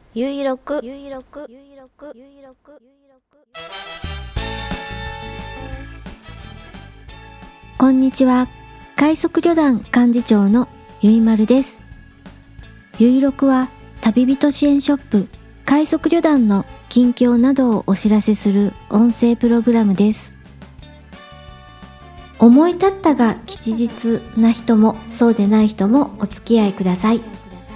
ゆいろくこんにちは。快速旅団幹事長のゆいまるです。ゆいろくは旅人支援ショップ快速旅団の近況などをお知らせする音声プログラムです。思い立ったが吉日な人もそうでない人もお付き合いください。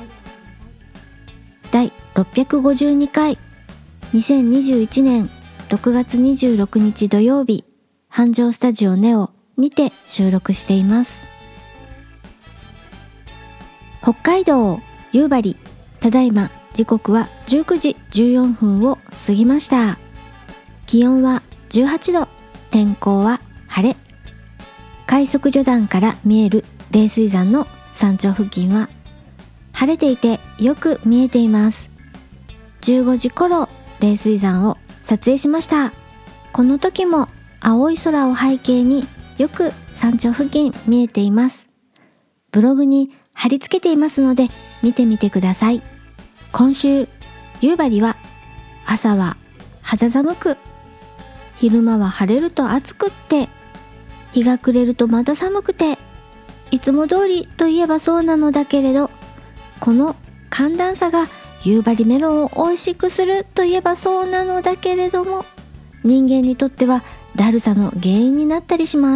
第652回2021年6月26日土曜日、繁盛スタジオネオにて収録しています。北海道夕張、ただいま時刻は19時14分を過ぎました。気温は18度、天候は晴れ。快速旅団から見える冷水山の山頂付近は晴れていてよく見えています。15時頃冷水山を撮影しました。この時も青い空を背景によく山頂付近見えています。ブログに貼り付けていますので見てみてください。今週夕張は朝は肌寒く、昼間は晴れると暑くって、日が暮れるとまた寒くて、いつも通りといえばそうなのだけれど、この寒暖差が夕張メロンを美味しくするといえばそうなのだけれども、人間にとってはだるさの原因になったりします。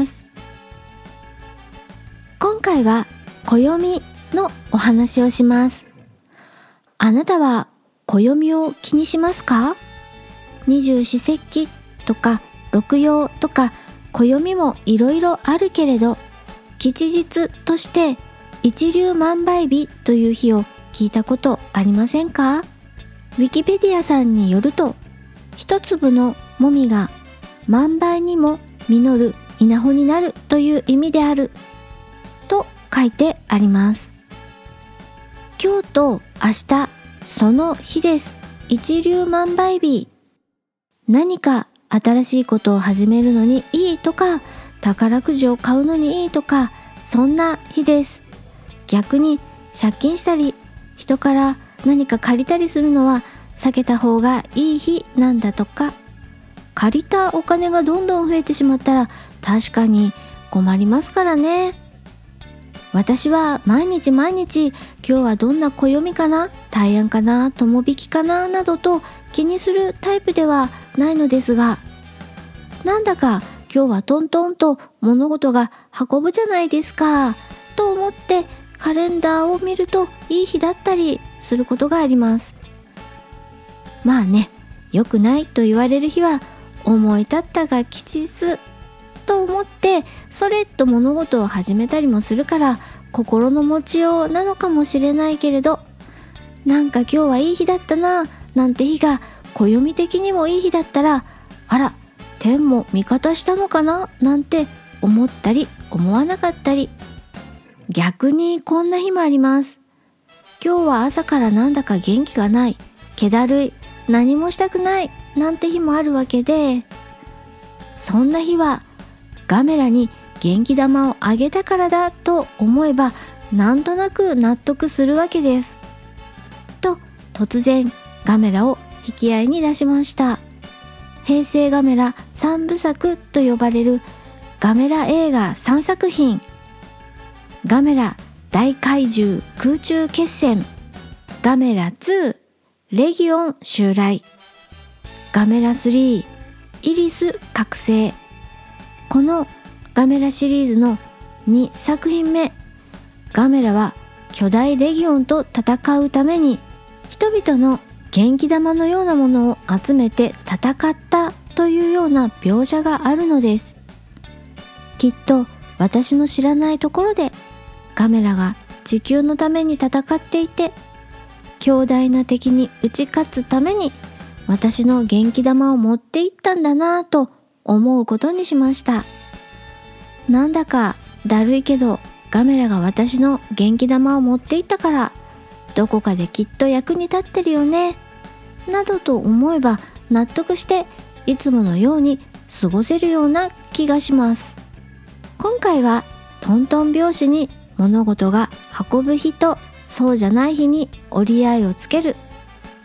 今回は暦のお話をします。あなたは暦を気にしますか？二十四節気とか六曜とか暦もいろいろあるけれど、吉日として一粒万倍日という日を聞いたことありませんか？ウィキペディアさんによると、一粒のもみが万倍にも実る稲穂になるという意味であると書いてあります。今日と明日、その日です。一粒万倍日。何か新しいことを始めるのにいいとか、宝くじを買うのにいいとか、そんな日です。逆に借金したり、人から何か借りたりするのは避けた方がいい日なんだとか。借りたお金がどんどん増えてしまったら確かに困りますからね。私は毎日今日はどんな暦かな、大安かな、友引きかななどと気にするタイプではないのですが、なんだか今日はトントンと物事が運ぶじゃないですかと思ってカレンダーを見るといい日だったりすることがあります。まあね、良くないと言われる日は思い立ったが吉日と思ってそれっと物事を始めたりもするから心の持ちようなのかもしれないけれど、なんか今日はいい日だったななんて日が暦的にもいい日だったら、あら天も味方したのかななんて思ったり思わなかったり。逆にこんな日もあります。今日は朝からなんだか元気がない、気だるい、何もしたくないなんて日もあるわけで、そんな日はガメラに元気玉をあげたからだと思えばなんとなく納得するわけです。と突然ガメラを引き合いに出しました。平成ガメラ3部作と呼ばれるガメラ映画3作品、ガメラ大怪獣空中決戦、ガメラ2レギオン襲来、ガメラ3イリス覚醒。このガメラシリーズの2作品目、ガメラは巨大レギオンと戦うために人々の元気玉のようなものを集めて戦ったというような描写があるのです。きっと私の知らないところでガメラが地球のために戦っていて、強大な敵に打ち勝つために私の元気玉を持っていったんだなぁと思うことにしました。なんだかだるいけどガメラが私の元気玉を持っていったからどこかできっと役に立ってるよねなどと思えば納得していつものように過ごせるような気がします。今回はトントン拍子に物事が運ぶ日とそうじゃない日に折り合いをつける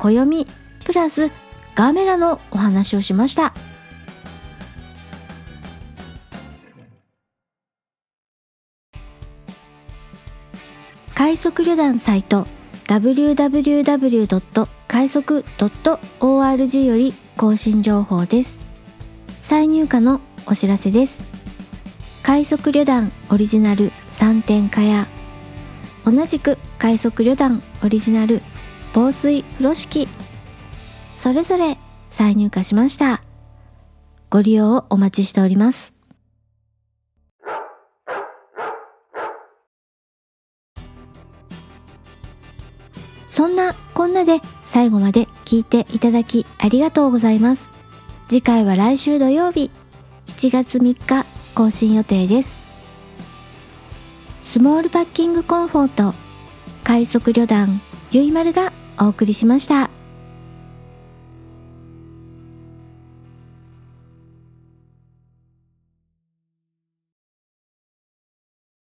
暦プラスガメラのお話をしました。快速旅団サイト www. 快速 .org より更新情報です。再入荷のお知らせです。快速旅団オリジナル3点蚊帳、同じく快速旅団オリジナル防水風呂敷、それぞれ再入荷しました。ご利用をお待ちしております。そんなこんなで最後まで聞いていただきありがとうございます。次回は来週土曜日7月3日更新予定です。スモールパッキングコンフォート快速旅団ゆいまるがお送りしました。